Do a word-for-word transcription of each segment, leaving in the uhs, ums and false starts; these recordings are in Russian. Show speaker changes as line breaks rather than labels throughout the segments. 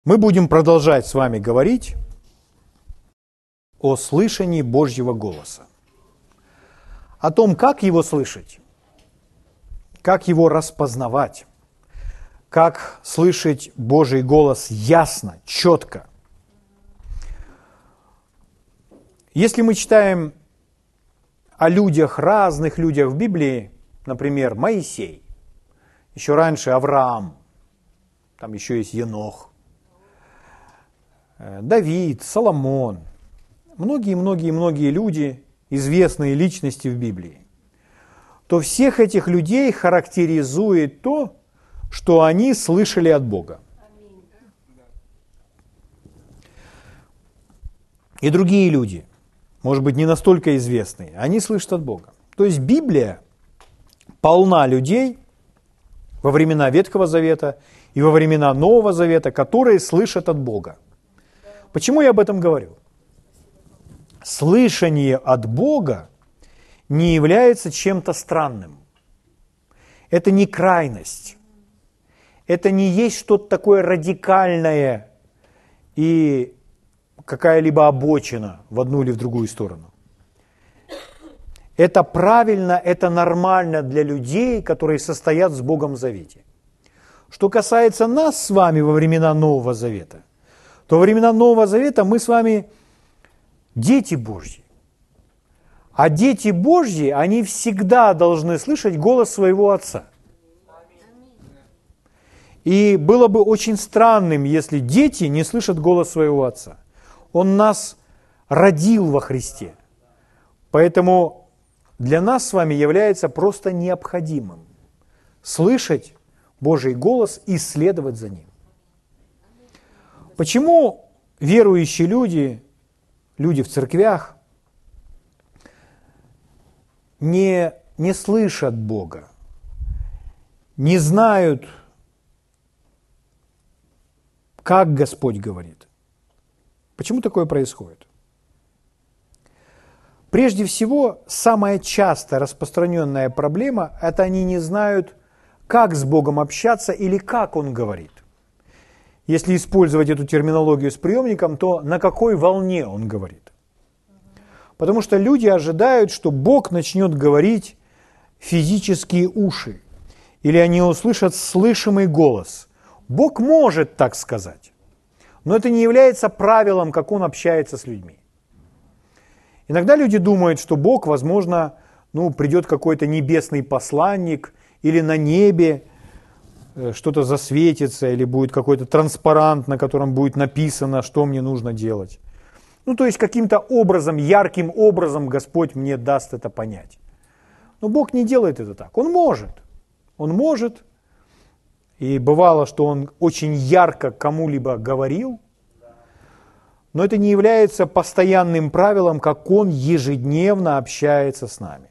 Мы будем продолжать с вами говорить о слышании Божьего голоса, о том, как его слышать, как его распознавать, как слышать Божий голос ясно, четко. Если мы читаем о людях, разных людях в Библии, например, Моисей, еще раньше Авраам, там еще есть Енох, Давид, Соломон, многие-многие-многие люди, известные личности в Библии, то всех этих людей характеризует то, что они слышали от Бога. И другие люди, может быть, не настолько известные, они слышат от Бога. То есть Библия полна людей во времена Ветхого Завета и во времена Нового Завета, которые слышат от Бога. Почему я об этом говорю? Слышание от Бога не является чем-то странным. Это не крайность. Это не есть что-то такое радикальное и какая-либо обочина в одну или в другую сторону. Это правильно, это нормально для людей, которые состоят с Богом в завете. Что касается нас с вами во времена Нового Завета, то во времена Нового Завета мы с вами дети Божьи. А дети Божьи, они всегда должны слышать голос своего Отца. И было бы очень странным, если дети не слышат голос своего Отца. Он нас родил во Христе. Поэтому для нас с вами является просто необходимым слышать Божий голос и следовать за ним. Почему верующие люди, люди в церквях, не, не слышат Бога, не знают, как Господь говорит? Почему такое происходит? Прежде всего, самая часто распространенная проблема – это они не знают, как с Богом общаться или как Он говорит. Если использовать эту терминологию с приемником, то на какой волне Он говорит. Потому что люди ожидают, что Бог начнет говорить физические уши, или они услышат слышимый голос. Бог может так сказать, но это не является правилом, как Он общается с людьми. Иногда люди думают, что Бог, возможно, ну, придет какой-то небесный посланник, или на небе что-то засветится, или будет какой-то транспарант, на котором будет написано, что мне нужно делать. Ну, то есть каким-то образом, ярким образом Господь мне даст это понять. Но Бог не делает это так. Он может. Он может. И бывало, что Он очень ярко кому-либо говорил, но это не является постоянным правилом, как Он ежедневно общается с нами.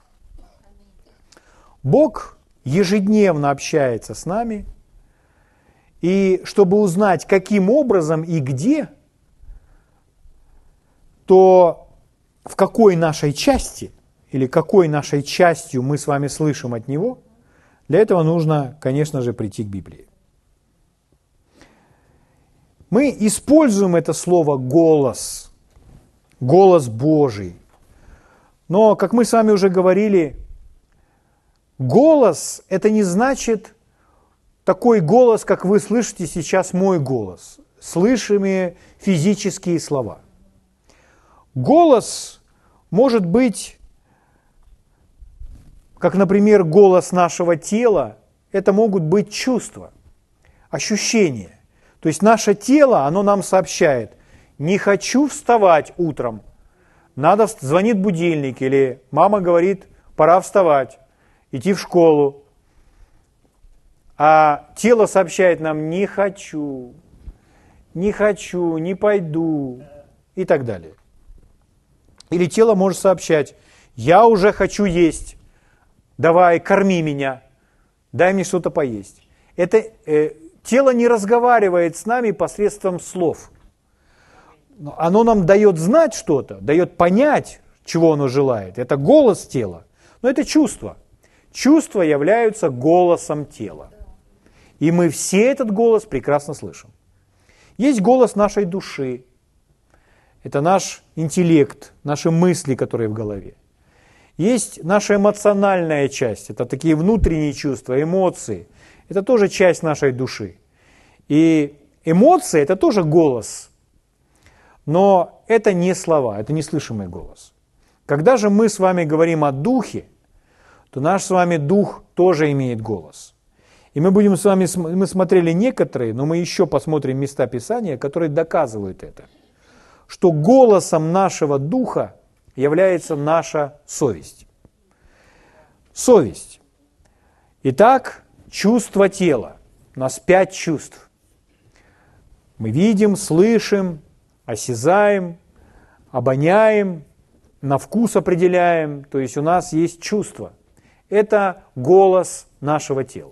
Бог ежедневно общается с нами, и чтобы узнать, каким образом и где, то в какой нашей части или какой нашей частью мы с вами слышим от Него, для этого нужно, конечно же, прийти к Библии. Мы используем это слово «голос», «голос Божий», но, как мы с вами уже говорили, голос – это не значит такой голос, как вы слышите сейчас мой голос, слышимые физические слова. Голос может быть, как, например, голос нашего тела, это могут быть чувства, ощущения. То есть наше тело, оно нам сообщает: не хочу вставать утром, надо, звонит будильник, или мама говорит: пора вставать, идти в школу. А тело сообщает нам: не хочу, не хочу, не пойду и так далее. Или тело может сообщать: я уже хочу есть, давай, корми меня, дай мне что-то поесть. Это э, тело не разговаривает с нами посредством слов. Оно нам дает знать что-то, дает понять, чего оно желает. Это голос тела, но это чувство. Чувства являются голосом тела. И мы все этот голос прекрасно слышим. Есть голос нашей души. Это наш интеллект, наши мысли, которые в голове. Есть наша эмоциональная часть. Это такие внутренние чувства, эмоции. Это тоже часть нашей души. И эмоции – это тоже голос. Но это не слова, это неслышимый голос. Когда же мы с вами говорим о духе, то наш с вами дух тоже имеет голос. И мы будем с вами, мы смотрели некоторые, но мы еще посмотрим места Писания, которые доказывают это. Что голосом нашего духа является наша совесть. Совесть. Итак, чувство тела. У нас пять чувств. Мы видим, слышим, осязаем, обоняем, на вкус определяем. То есть у нас есть чувство. Это голос нашего тела.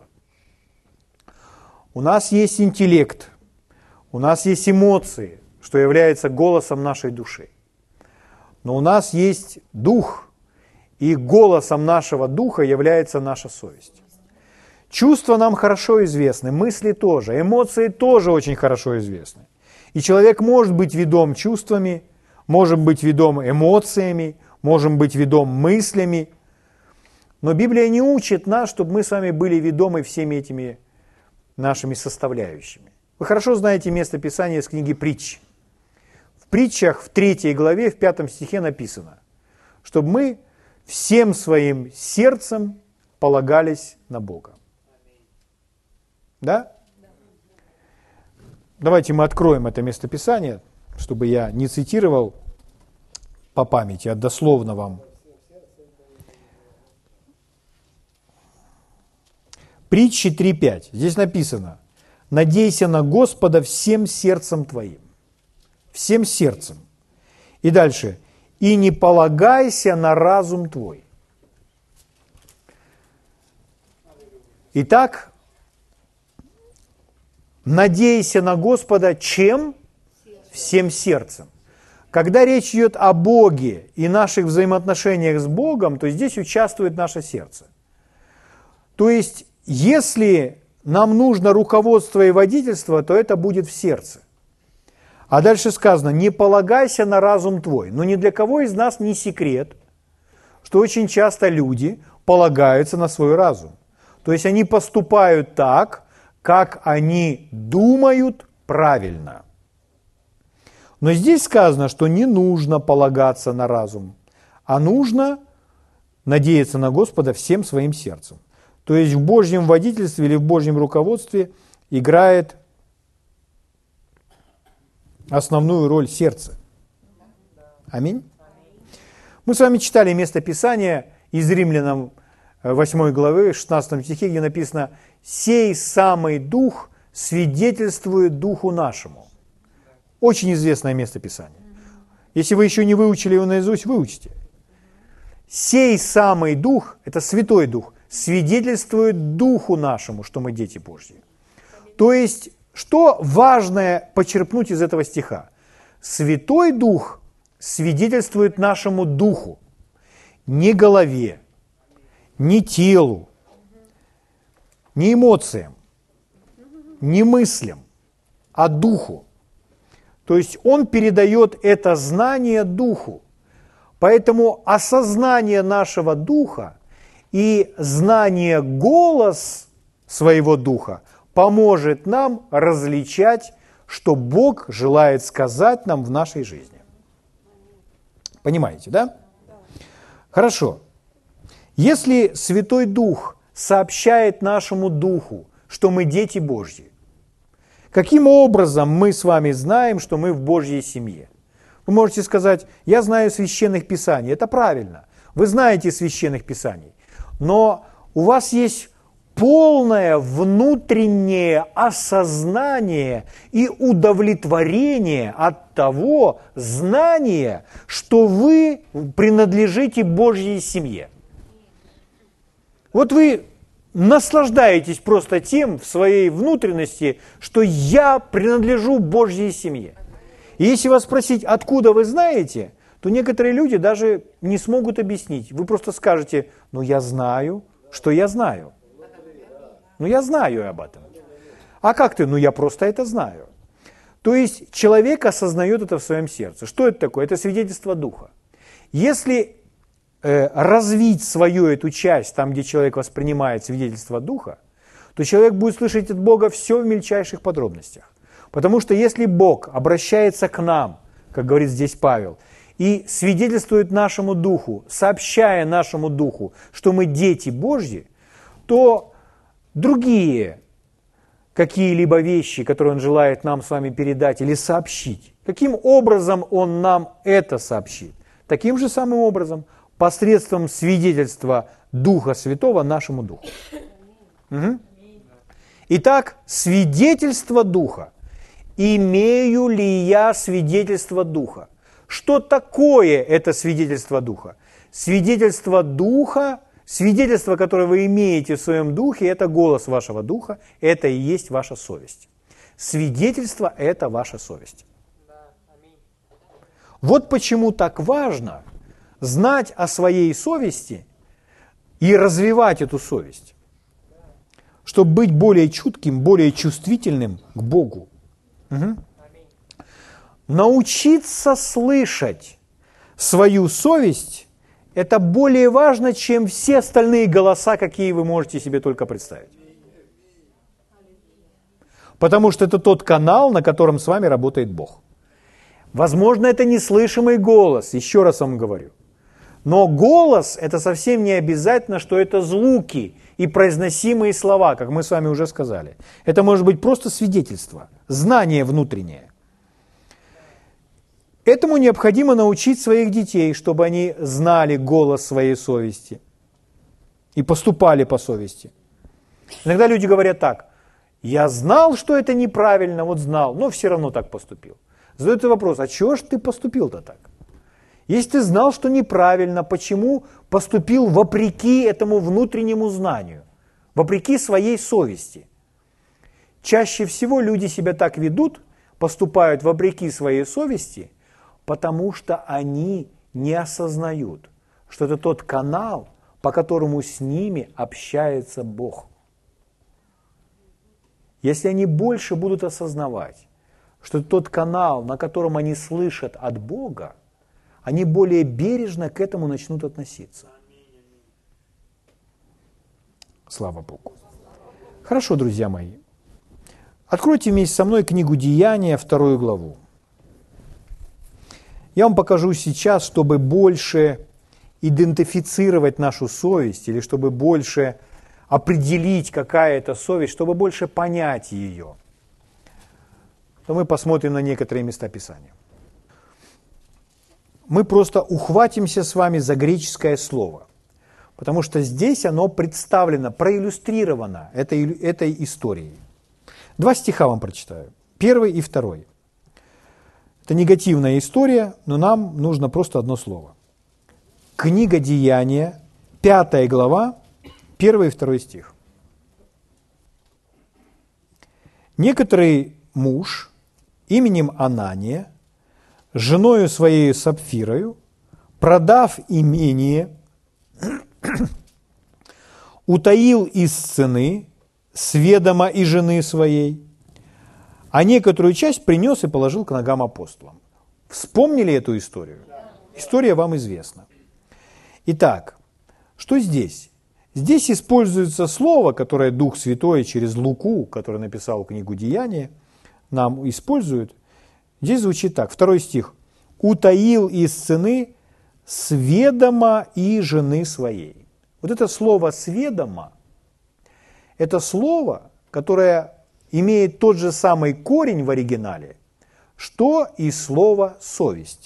У нас есть интеллект, у нас есть эмоции, что является голосом нашей души. Но у нас есть дух, и голосом нашего духа является наша совесть. Чувства нам хорошо известны, мысли тоже, эмоции тоже очень хорошо известны. И человек может быть ведом чувствами, может быть ведом эмоциями, может быть ведом мыслями. Но Библия не учит нас, чтобы мы с вами были ведомы всеми этими нашими составляющими. Вы хорошо знаете место Писания из книги «Притч». В притчах в третьей главе, в пятом стихе написано, чтобы мы всем своим сердцем полагались на Бога. Да? Давайте мы откроем это место Писания, чтобы я не цитировал по памяти, а дословно вам. Притчи три пять. Здесь написано: «Надейся на Господа всем сердцем твоим». Всем сердцем. И дальше. «И не полагайся на разум твой». Итак, надейся на Господа чем? Всем сердцем. Когда речь идет о Боге и наших взаимоотношениях с Богом, то здесь участвует наше сердце. То есть, если нам нужно руководство и водительство, то это будет в сердце. А дальше сказано: не полагайся на разум твой. Но ни для кого из нас не секрет, что очень часто люди полагаются на свой разум. То есть они поступают так, как они думают правильно. Но здесь сказано, что не нужно полагаться на разум, а нужно надеяться на Господа всем своим сердцем. То есть в Божьем водительстве или в Божьем руководстве играет основную роль сердце. Аминь. Мы с вами читали место Писания из Римлянам восьмой главы, шестнадцатом стихе, где написано: «Сей самый Дух свидетельствует Духу нашему». Очень известное место Писания. Если вы еще не выучили его наизусть, выучите. «Сей самый Дух», это Святой Дух, свидетельствует Духу нашему, что мы дети Божьи. То есть, что важное почерпнуть из этого стиха? Святой Дух свидетельствует нашему духу, не голове, не телу, не эмоциям, не мыслям, а духу. То есть он передает это знание духу. Поэтому осознание нашего духа и знание голос своего духа поможет нам различать, что Бог желает сказать нам в нашей жизни. Понимаете, да? Хорошо. Если Святой Дух сообщает нашему духу, что мы дети Божьи, каким образом мы с вами знаем, что мы в Божьей семье? Вы можете сказать: я знаю священных писаний. Это правильно. Вы знаете священных писаний. Но у вас есть полное внутреннее осознание и удовлетворение от того знания, что вы принадлежите Божьей семье. Вот вы наслаждаетесь просто тем в своей внутренности, что я принадлежу Божьей семье. И если вас спросить, откуда вы знаете, то некоторые люди даже не смогут объяснить. Вы просто скажете: ну я знаю, что я знаю. Ну я знаю об этом. А как ты? Ну я просто это знаю. То есть человек осознает это в своем сердце. Что это такое? Это свидетельство Духа. Если э, развить свою эту часть, там, где человек воспринимает свидетельство Духа, то человек будет слышать от Бога все в мельчайших подробностях. Потому что если Бог обращается к нам, как говорит здесь Павел, и свидетельствует нашему духу, сообщая нашему духу, что мы дети Божьи, то другие какие-либо вещи, которые Он желает нам с вами передать или сообщить, каким образом Он нам это сообщит? Таким же самым образом, посредством свидетельства Духа Святого нашему духу. Угу. Итак, свидетельство Духа. Имею ли я свидетельство Духа? Что такое это свидетельство Духа? Свидетельство Духа, свидетельство, которое вы имеете в своем Духе, это голос вашего Духа, это и есть ваша совесть. Свидетельство – это ваша совесть. Вот почему так важно знать о своей совести и развивать эту совесть, чтобы быть более чутким, более чувствительным к Богу. Угу. Научиться слышать свою совесть – это более важно, чем все остальные голоса, какие вы можете себе только представить. Потому что это тот канал, на котором с вами работает Бог. Возможно, это неслышимый голос, еще раз вам говорю. Но голос – это совсем не обязательно, что это звуки и произносимые слова, как мы с вами уже сказали. Это может быть просто свидетельство, знание внутреннее. Этому необходимо научить своих детей, чтобы они знали голос своей совести и поступали по совести. Иногда люди говорят так: я знал, что это неправильно, вот знал, но все равно так поступил. Задается вопрос: а чего ж ты поступил-то так? Если ты знал, что неправильно, почему поступил вопреки этому внутреннему знанию, вопреки своей совести? Чаще всего люди себя так ведут, поступают вопреки своей совести, потому что они не осознают, что это тот канал, по которому с ними общается Бог. Если они больше будут осознавать, что это тот канал, на котором они слышат от Бога, они более бережно к этому начнут относиться. Слава Богу. Хорошо, друзья мои. Откройте вместе со мной книгу Деяния, вторую главу. Я вам покажу сейчас, чтобы больше идентифицировать нашу совесть, или чтобы больше определить, какая это совесть, чтобы больше понять ее. То мы посмотрим на некоторые места Писания. Мы просто ухватимся с вами за греческое слово, потому что здесь оно представлено, проиллюстрировано этой, этой историей. Два стиха вам прочитаю, первый и второй. Это негативная история, но нам нужно просто одно слово. Книга Деяния, пятая глава, первый и второй стих. Некоторый муж именем Анания, с женою своей Сапфирою, продав имение, утаил из цены с ведома и жены своей, а некоторую часть принес и положил к ногам апостолам. Вспомнили эту историю? История вам известна. Итак, что здесь? Здесь используется слово, которое Дух Святой через Луку, который написал книгу Деяния, нам использует. Здесь звучит так, второй стих. «Утаил из цены с ведома и жены своей». Вот это слово «сведома» – это слово, которое имеет тот же самый корень в оригинале, что и слово «совесть».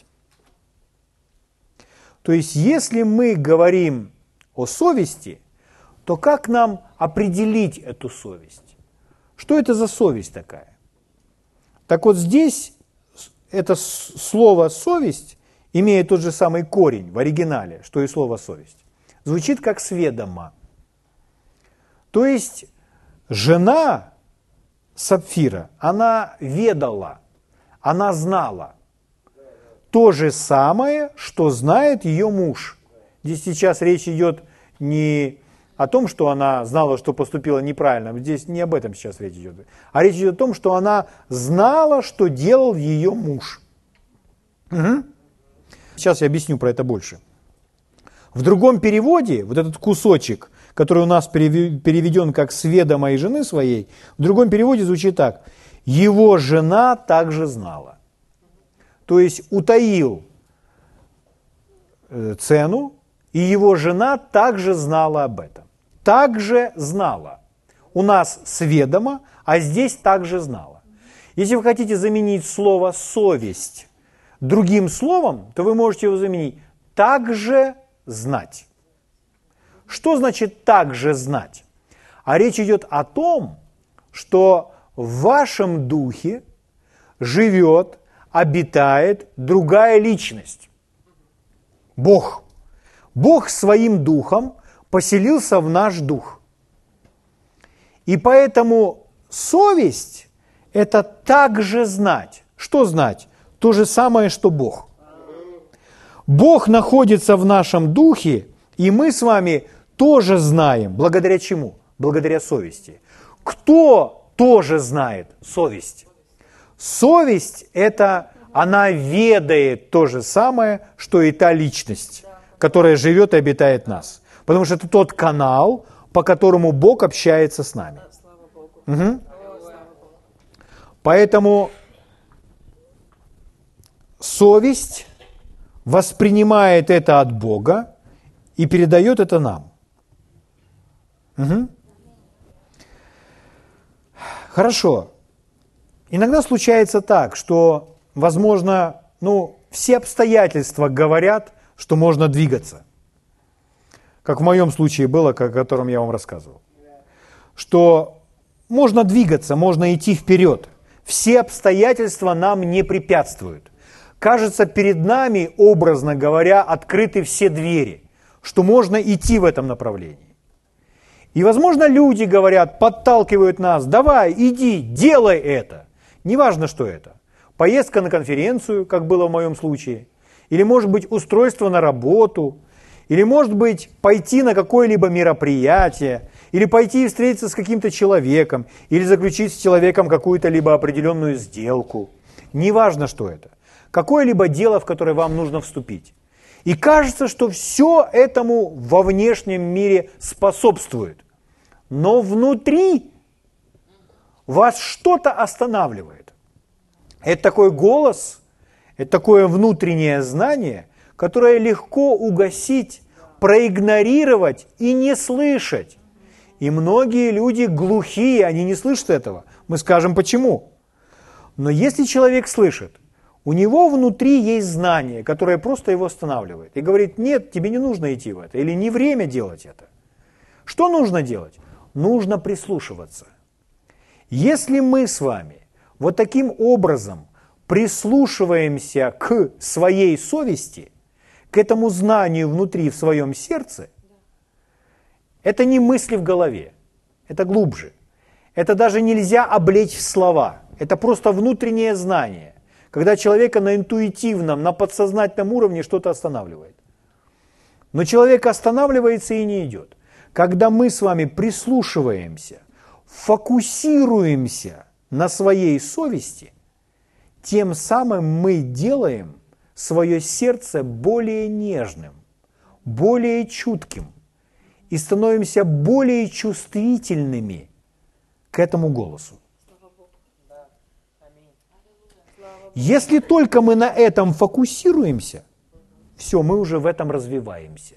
То есть, если мы говорим о совести, то как нам определить эту совесть? Что это за совесть такая? Так вот здесь это слово «совесть» имеет тот же самый корень в оригинале, что и слово «совесть». Звучит как «сведома». То есть жена Сапфира, она ведала, она знала то же самое, что знает ее муж. Здесь сейчас речь идет не о том, что она знала, что поступила неправильно. Здесь не об этом сейчас речь идет. А речь идет о том, что она знала, что делал ее муж. Угу. Сейчас я объясню про это больше. В другом переводе, вот этот кусочек, который у нас переведен как «с ведома и жены своей», в другом переводе звучит так: «Его жена также знала». То есть утаил цену, и его жена также знала об этом. Также знала. У нас «с ведома», а здесь также знала. Если вы хотите заменить слово «совесть» другим словом, то вы можете его заменить «также знать». Что значит «также знать»? А речь идет о том, что в вашем духе живет, обитает другая личность. Бог. Бог своим духом поселился в наш дух. И поэтому совесть – это также знать. Что знать? То же самое, что Бог. Бог находится в нашем духе, и мы с вами тоже знаем. Благодаря чему? Благодаря совести. Кто тоже знает совесть? Совесть – это она ведает то же самое, что и та личность, которая живет и обитает в нас. Потому что это тот канал, по которому Бог общается с нами. Угу. Поэтому совесть воспринимает это от Бога и передает это нам. Угу. Хорошо. Иногда случается так, что, возможно, ну, все обстоятельства говорят, что можно двигаться. Как в моем случае было, о котором я вам рассказывал. Что можно двигаться, можно идти вперед. Все обстоятельства нам не препятствуют. Кажется, перед нами, образно говоря, открыты все двери, что можно идти в этом направлении. И, возможно, люди говорят, подталкивают нас: давай, иди, делай это. Неважно, что это. Поездка на конференцию, как было в моем случае, или, может быть, устройство на работу, или, может быть, пойти на какое-либо мероприятие, или пойти и встретиться с каким-то человеком, или заключить с человеком какую-то либо определенную сделку. Неважно, что это. Какое-либо дело, в которое вам нужно вступить. И кажется, что все этому во внешнем мире способствует. Но внутри вас что-то останавливает. Это такой голос, это такое внутреннее знание, которое легко угасить, проигнорировать и не слышать. И многие люди глухие, они не слышат этого. Мы скажем, почему. Но если человек слышит, у него внутри есть знание, которое просто его останавливает. И говорит: нет, тебе не нужно идти в это. Или не время делать это. Что нужно делать? Нужно прислушиваться. Если мы с вами вот таким образом прислушиваемся к своей совести, к этому знанию внутри в своем сердце, это не мысли в голове, это глубже. Это даже нельзя облечь в слова. Это просто внутреннее знание, когда человека на интуитивном, на подсознательном уровне что-то останавливает. Но человек останавливается и не идет. Когда мы с вами прислушиваемся, фокусируемся на своей совести, тем самым мы делаем свое сердце более нежным, более чутким и становимся более чувствительными к этому голосу. Если только мы на этом фокусируемся, все, мы уже в этом развиваемся.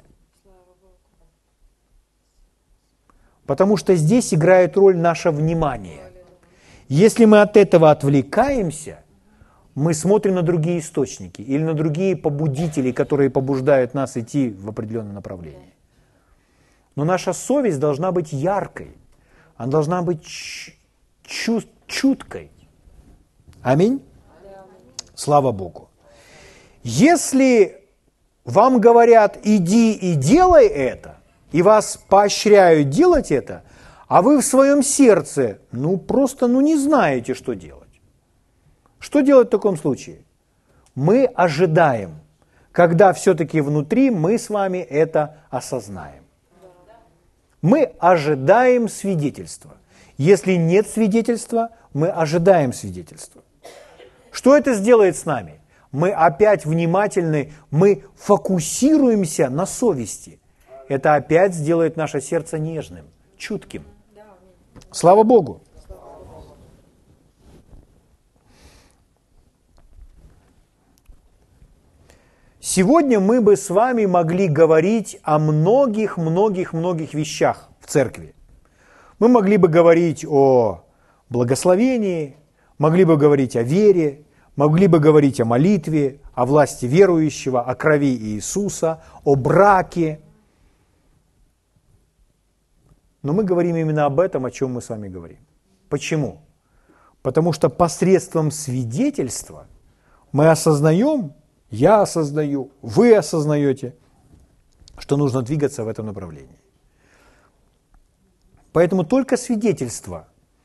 Потому что здесь играет роль наше внимание. Если мы от этого отвлекаемся, мы смотрим на другие источники или на другие побудители, которые побуждают нас идти в определенном направлении. Но наша совесть должна быть яркой, она должна быть чу- чуткой. Аминь. Слава Богу. Если вам говорят: иди и делай это, и вас поощряют делать это, а вы в своем сердце, ну просто ну, не знаете, что делать. Что делать в таком случае? Мы ожидаем, когда все-таки внутри мы с вами это осознаем. Мы ожидаем свидетельства. Если нет свидетельства, мы ожидаем свидетельства. Что это сделает с нами? Мы опять внимательны, мы фокусируемся на совести. Это опять сделает наше сердце нежным, чутким. Слава Богу! Сегодня мы бы с вами могли говорить о многих-многих-многих вещах в церкви. Мы могли бы говорить о благословении, могли бы говорить о вере, могли бы говорить о молитве, о власти верующего, о крови Иисуса, о браке. Но мы говорим именно об этом, о чем мы с вами говорим. Почему? Потому что посредством свидетельства мы осознаем, я осознаю, вы осознаете, что нужно двигаться в этом направлении. Поэтому только свидетельство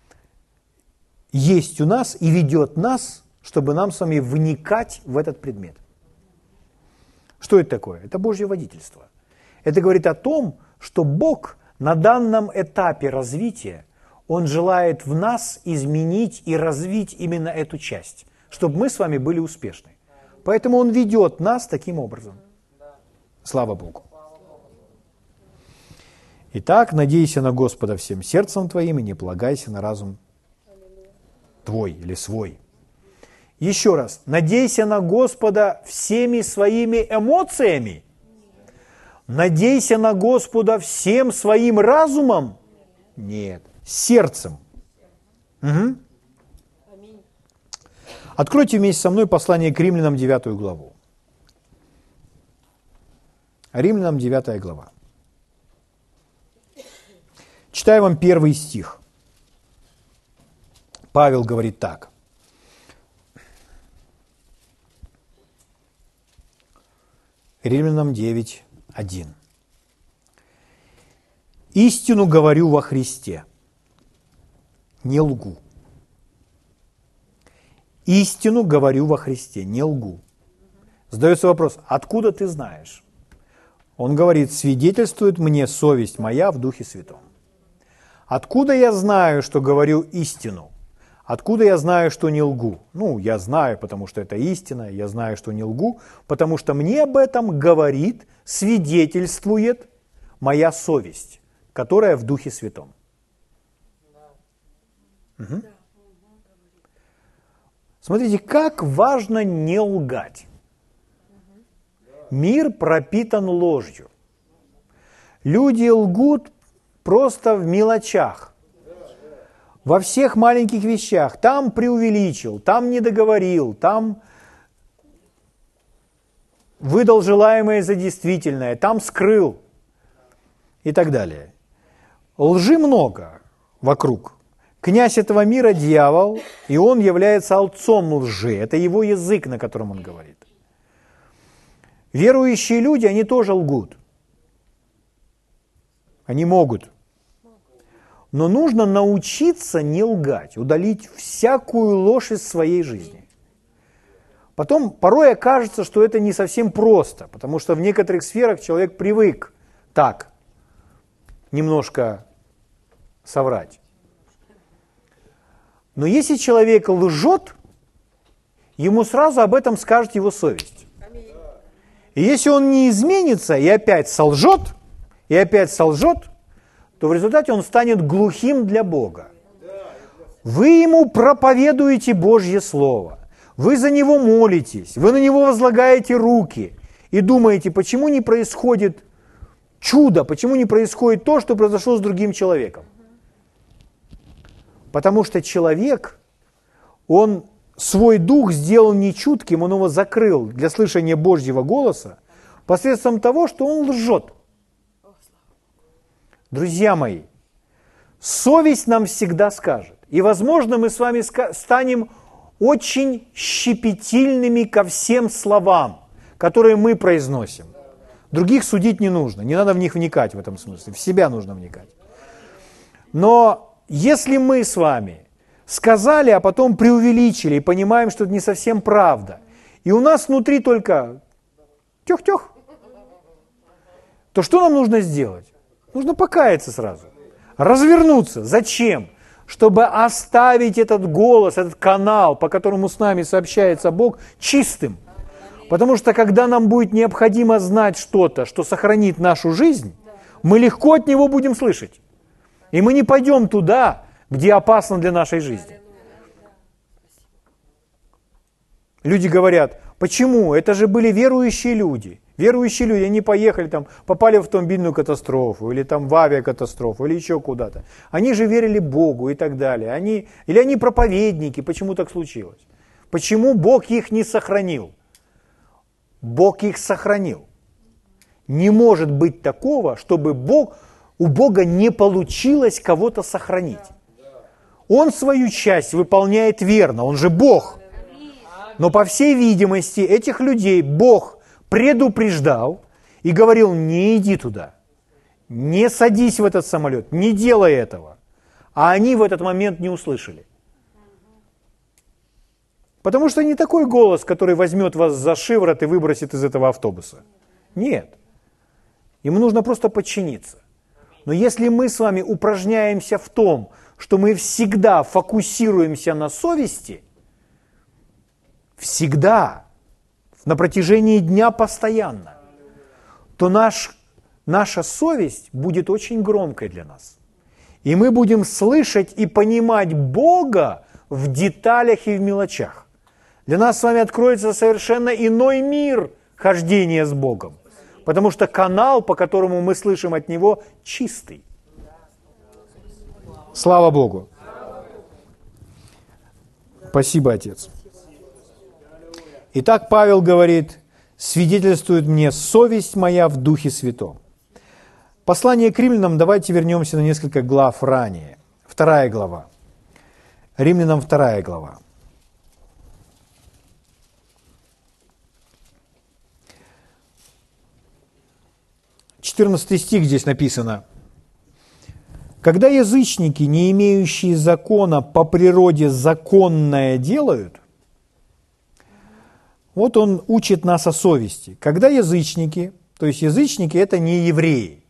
есть у нас и ведет нас, чтобы нам с вами вникать в этот предмет. Что это такое? Это Божье водительство. Это говорит о том, что Бог на данном этапе развития, Он желает в нас изменить и развить именно эту часть, чтобы мы с вами были успешны. Поэтому Он ведет нас таким образом. Слава Богу. Итак, надейся на Господа всем сердцем твоим и не полагайся на разум твой или свой. Еще раз, надейся на Господа всеми своими эмоциями. Надейся на Господа всем своим разумом. Нет, сердцем. Угу. Откройте вместе со мной послание к Римлянам, девятую главу. Римлянам, девятая глава. Читаю вам первый стих. Павел говорит так. Римлянам девять, один. «Истину говорю во Христе, не лгу». Истину говорю во Христе, не лгу. Задается вопрос, откуда ты знаешь? Он говорит, свидетельствует мне совесть моя в Духе Святом. Откуда я знаю, что говорю истину? Откуда я знаю, что не лгу? Ну, я знаю, потому что это истина, я знаю, что не лгу, потому что мне об этом говорит, свидетельствует моя совесть, которая в Духе Святом. Угу. Смотрите, как важно не лгать. Мир пропитан ложью. Люди лгут просто в мелочах, во всех маленьких вещах. Там преувеличил, там не договорил, там выдал желаемое за действительное, там скрыл и так далее. Лжи много вокруг. Князь этого мира – дьявол, и он является отцом лжи. Это его язык, на котором он говорит. Верующие люди, они тоже лгут. Они могут. Но нужно научиться не лгать, удалить всякую ложь из своей жизни. Потом порой окажется, что это не совсем просто, потому что в некоторых сферах человек привык так немножко соврать. Но если человек лжет, ему сразу об этом скажет его совесть. И если он не изменится и опять солжет, и опять солжет, то в результате он станет глухим для Бога. Вы ему проповедуете Божье Слово, вы за него молитесь, вы на него возлагаете руки и думаете, почему не происходит чудо, почему не происходит то, что произошло с другим человеком. Потому что человек, он свой дух сделал нечутким, он его закрыл для слышания Божьего голоса посредством того, что он лжет. Друзья мои, совесть нам всегда скажет. И, возможно, мы с вами станем очень щепетильными ко всем словам, которые мы произносим. Других судить не нужно, не надо в них вникать в этом смысле, в себя нужно вникать. Но если мы с вами сказали, а потом преувеличили и понимаем, что это не совсем правда, и у нас внутри только тёх-тёх, то что нам нужно сделать? Нужно покаяться сразу. Развернуться. Зачем? Чтобы оставить этот голос, этот канал, по которому с нами сообщается Бог, чистым. Потому что когда нам будет необходимо знать что-то, что сохранит нашу жизнь, мы легко от него будем слышать. И мы не пойдем туда, где опасно для нашей жизни. Люди говорят, почему? Это же были верующие люди. Верующие люди, они поехали, там, попали в автомобильную катастрофу, или там в авиакатастрофу, или еще куда-то. Они же верили Богу и так далее. Они, или они проповедники, почему так случилось? Почему Бог их не сохранил? Бог их сохранил. Не может быть такого, чтобы Бог, у Бога не получилось кого-то сохранить. Он свою часть выполняет верно, он же Бог. Но по всей видимости этих людей Бог предупреждал и говорил, не иди туда, не садись в этот самолет, не делай этого. А они в этот момент не услышали. Потому что не такой голос, который возьмет вас за шиворот и выбросит из этого автобуса. Нет. Ему нужно просто подчиниться. Но если мы с вами упражняемся в том, что мы всегда фокусируемся на совести, всегда, на протяжении дня постоянно, то наш, наша совесть будет очень громкой для нас. И мы будем слышать и понимать Бога в деталях и в мелочах. Для нас с вами откроется совершенно иной мир хождения с Богом. Потому что канал, по которому мы слышим от Него, чистый. Слава Богу. Спасибо, Отец. Итак, Павел говорит, свидетельствует мне совесть моя в Духе Святом. Послание к римлянам, давайте вернемся на несколько глав ранее. Вторая глава. Римлянам вторая глава. четырнадцатый стих здесь написано. Когда язычники, не имеющие закона, по природе законное делают, вот он учит нас о совести. Когда язычники, то есть язычники это не евреи.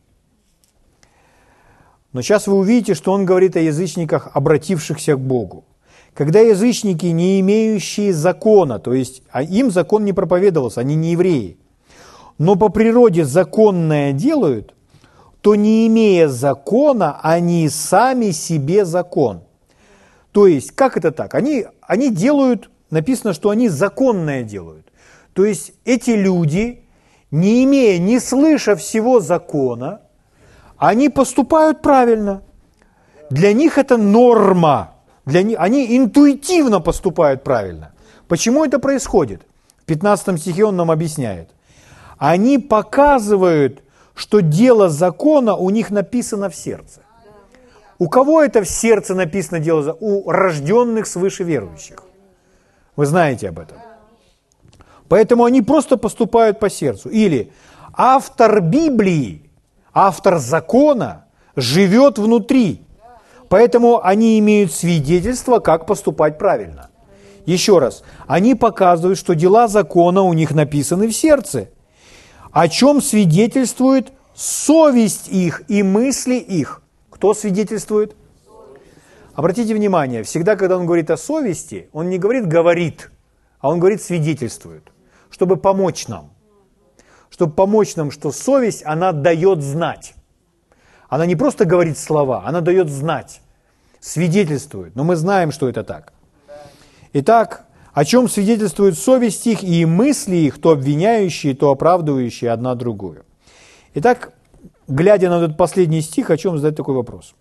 Но сейчас вы увидите, что он говорит о язычниках, обратившихся к Богу. Когда язычники, не имеющие закона, то есть им закон не проповедовался, они не евреи, но по природе законное делают, то не имея закона, они сами себе закон. То есть, как это так? Они, они делают, написано, что они законное делают. То есть, эти люди, не имея, не слыша всего закона, они поступают правильно. Для них это норма. Для них, они интуитивно поступают правильно. Почему это происходит? В пятнадцатом стихе он нам объясняет. Они показывают, что дело закона у них написано в сердце. У кого это в сердце написано дело закона? У рожденных свыше верующих. Вы знаете об этом. Поэтому они просто поступают по сердцу. Или автор Библии, автор закона живет внутри. Поэтому они имеют свидетельство, как поступать правильно. Еще раз, они показывают, что дела закона у них написаны в сердце. О чем свидетельствует совесть их и мысли их. Кто свидетельствует? Обратите внимание, всегда, когда он говорит о совести, он не говорит «говорит», а он говорит «свидетельствует», чтобы помочь нам. Чтобы помочь нам, что совесть, она дает знать. Она не просто говорит слова, она дает знать, свидетельствует. Но мы знаем, что это так. Итак, о чем свидетельствует совесть их и мысли их, то обвиняющие, то оправдывающие одна другую. Итак, глядя на этот последний стих, о чем задать такой вопрос.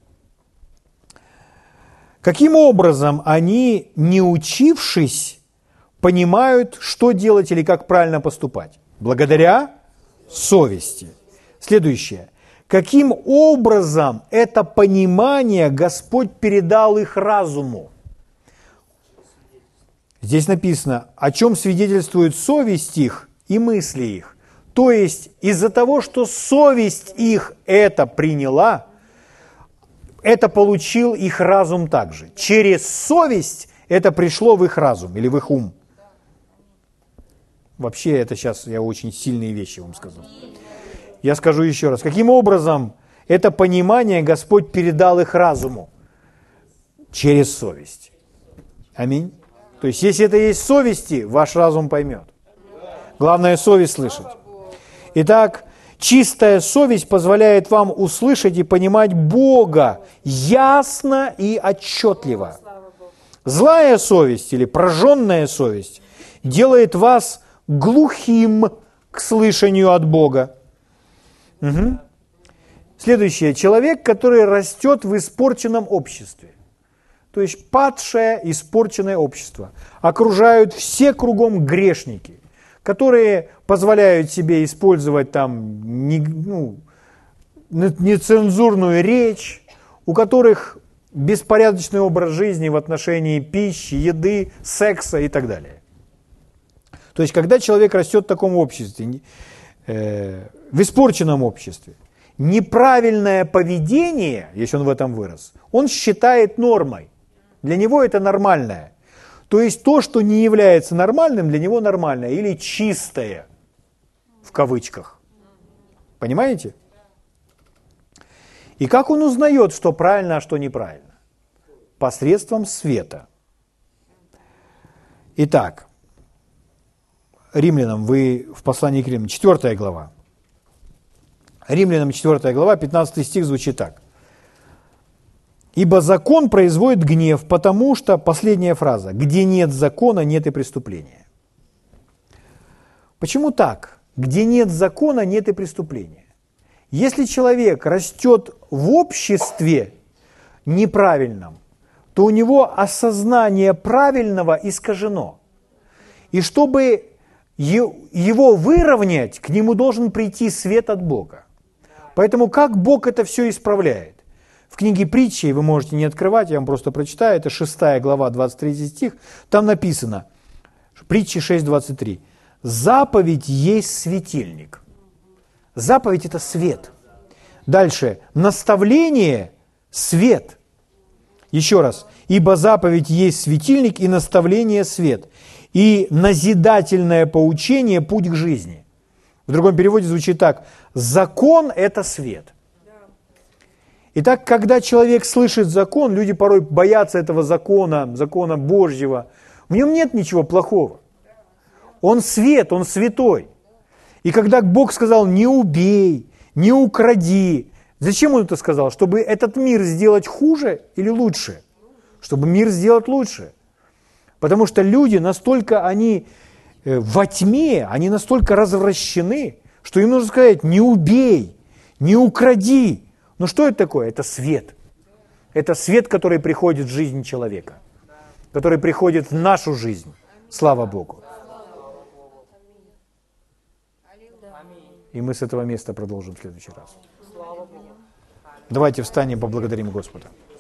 Каким образом они, не учившись, понимают, что делать или как правильно поступать? Благодаря совести. Следующее. Каким образом это понимание Господь передал их разуму? Здесь написано, о чем свидетельствует совесть их и мысли их. То есть из-за того, что совесть их это приняла, это получил их разум также. Через совесть это пришло в их разум или в их ум. Вообще это сейчас я очень сильные вещи вам сказал. Я скажу еще раз. Каким образом это понимание Господь передал их разуму через совесть. Аминь. То есть, если это есть совести, ваш разум поймет. Главное, совесть слышать. Итак, чистая совесть позволяет вам услышать и понимать Бога ясно и отчетливо. Злая совесть или прожженная совесть делает вас глухим к слышанию от Бога. Угу. Следующее. Человек, который растет в испорченном обществе. То есть падшее, испорченное общество. Окружают все кругом грешники, которые позволяют себе использовать там не, ну, нецензурную речь, у которых беспорядочный образ жизни в отношении пищи, еды, секса и так далее. То есть, когда человек растет в таком обществе, э, в испорченном обществе, неправильное поведение, если он в этом вырос, он считает нормой. Для него это нормальное. То есть, то, что не является нормальным, для него нормальное или чистое, в кавычках. Понимаете? И как он узнает, что правильно, а что неправильно? Посредством света. Итак, Римлянам, вы в послании к Римлянам, четвёртая глава. Римлянам четвёртая глава, пятнадцатый стих звучит так. «Ибо закон производит гнев, потому что», последняя фраза, «где нет закона, нет и преступления». Почему так? Где нет закона, нет и преступления. Если человек растет в обществе неправильном, то у него осознание правильного искажено. И чтобы его выровнять, к нему должен прийти свет от Бога. Поэтому как Бог это все исправляет? В книге Притчи, вы можете не открывать, я вам просто прочитаю, это шестая глава, двадцать третий стих, там написано, Притчи шесть двадцать три, «Заповедь есть светильник». Заповедь – это свет. Дальше, наставление – свет. Еще раз, «Ибо заповедь есть светильник, и наставление – свет, и назидательное поучение – путь к жизни». В другом переводе звучит так, «Закон – это свет». Итак, когда человек слышит закон, люди порой боятся этого закона, закона Божьего. В нем нет ничего плохого. Он свет, он святой. И когда Бог сказал «не убей», «не укради», зачем Он это сказал? Чтобы этот мир сделать хуже или лучше? Чтобы мир сделать лучше. Потому что люди настолько, они во тьме, они настолько развращены, что им нужно сказать «не убей», «не укради». Но что это такое? Это свет. Это свет, который приходит в жизнь человека, который приходит в нашу жизнь. Слава Богу. И мы с этого места продолжим в следующий раз. Давайте встанем и поблагодарим Господа.